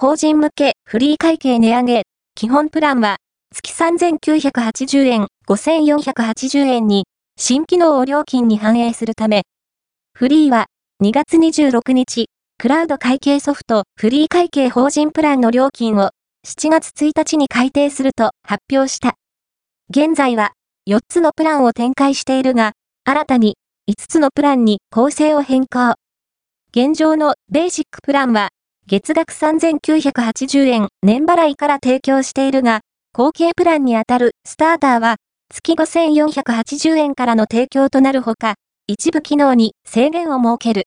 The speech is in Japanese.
法人向けフリー会計値上げ。基本プランは月3980円、5480円に新機能を料金に反映するため、フリーは2月26日、クラウド会計ソフトフリー会計法人プランの料金を7月1日に改定すると発表した。現在は4つのプランを展開しているが、新たに5つのプランに構成を変更。現状のベーシックプランは月額3980円年払いから提供しているが、後継プランにあたるスターターは月5480円からの提供となるほか、一部機能に制限を設ける。